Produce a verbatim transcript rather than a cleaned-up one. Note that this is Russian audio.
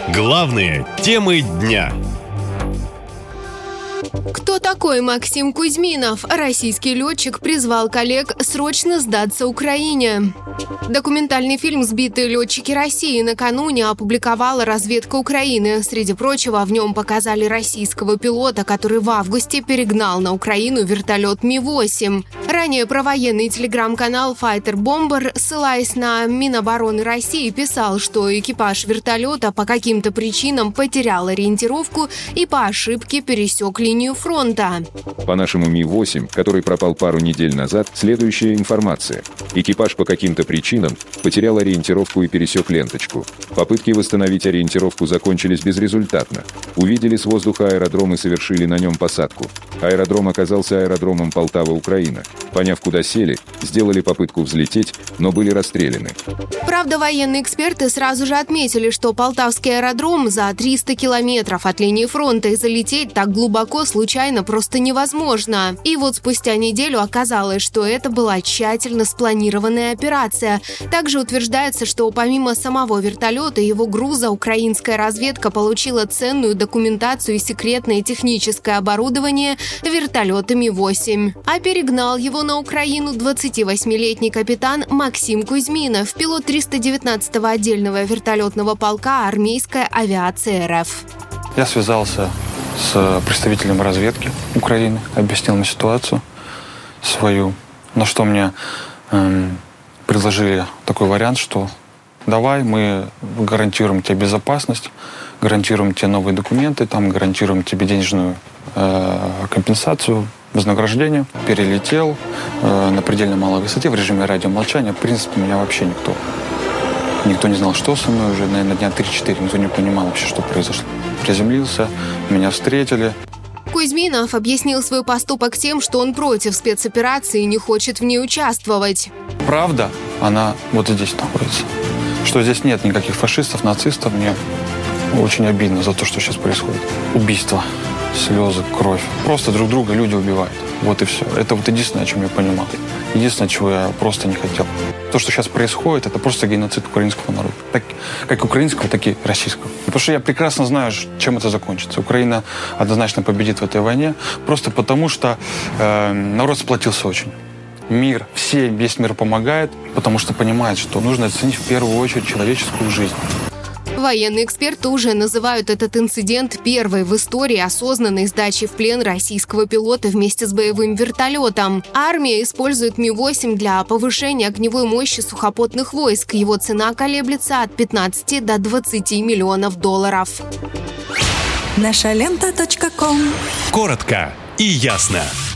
Главные темы дня. Кто такой Максим Кузьминов? Российский летчик призвал коллег срочно сдаться Украине. Документальный фильм «Сбитые летчики России» накануне опубликовала разведка Украины. Среди прочего, в нем показали российского пилота, который в августе перегнал на Украину вертолет Ми восемь. Ранее провоенный телеграм-канал Fighter Bomber, ссылаясь на Минобороны России, писал, что экипаж вертолета по каким-то причинам потерял ориентировку и по ошибке пересек линию фронта. По нашему Ми восемь, который пропал пару недель назад, следующая информация. Экипаж по каким-то причинам потерял ориентировку и пересек ленточку. Попытки восстановить ориентировку закончились безрезультатно. Увидели с воздуха аэродром и совершили на нем посадку. Аэродром оказался аэродромом Полтава-Украина. Поняв, куда сели, сделали попытку взлететь, но были расстреляны. Правда, военные эксперты сразу же отметили, что Полтавский аэродром за триста километров от линии фронта, и залететь так глубоко случайно просто невозможно. И вот спустя неделю оказалось, что это была тщательно спланированная операция. Также утверждается, что помимо самого вертолета и его груза, украинская разведка получила ценную документацию и секретное техническое оборудование вертолета Ми восемь. А перегнал его на Украину двадцативосьмилетний капитан Максим Кузьминов, пилот триста девятнадцатого отдельного вертолетного полка армейской авиации РФ. Я связался с представителем разведки Украины, объяснил мне ситуацию свою, на что мне э, предложили такой вариант, что давай мы гарантируем тебе безопасность, гарантируем тебе новые документы, там гарантируем тебе денежную э, компенсацию, вознаграждение. Перелетел э, на предельно малой высоте в режиме радиомолчания. В принципе, меня вообще никто, никто не знал, что со мной уже, наверное, дня три-четыре. Никто не понимал вообще, что произошло. Приземлился, меня встретили. Кузьминов объяснил свой поступок тем, что он против спецоперации и не хочет в ней участвовать. Правда, она вот здесь находится. Что здесь нет никаких фашистов, нацистов. Мне очень обидно за то, что сейчас происходит. Убийство, слезы, кровь. Просто друг друга люди убивают. Вот и все. Это вот единственное, о чем я понимал. Единственное, чего я просто не хотел. То, что сейчас происходит, это просто геноцид украинского народа. Так, как украинского, так и российского. Потому что я прекрасно знаю, чем это закончится. Украина однозначно победит в этой войне. Просто потому, что э, народ сплотился очень. Мир, все, весь мир помогает, потому что понимает, что нужно оценить в первую очередь человеческую жизнь. Военные эксперты уже называют этот инцидент первой в истории осознанной сдачи в плен российского пилота вместе с боевым вертолетом. Армия использует Ми восемь для повышения огневой мощи сухопутных войск. Его цена колеблется от пятнадцати до двадцати миллионов долларов. наша лента точка ком. Коротко и ясно.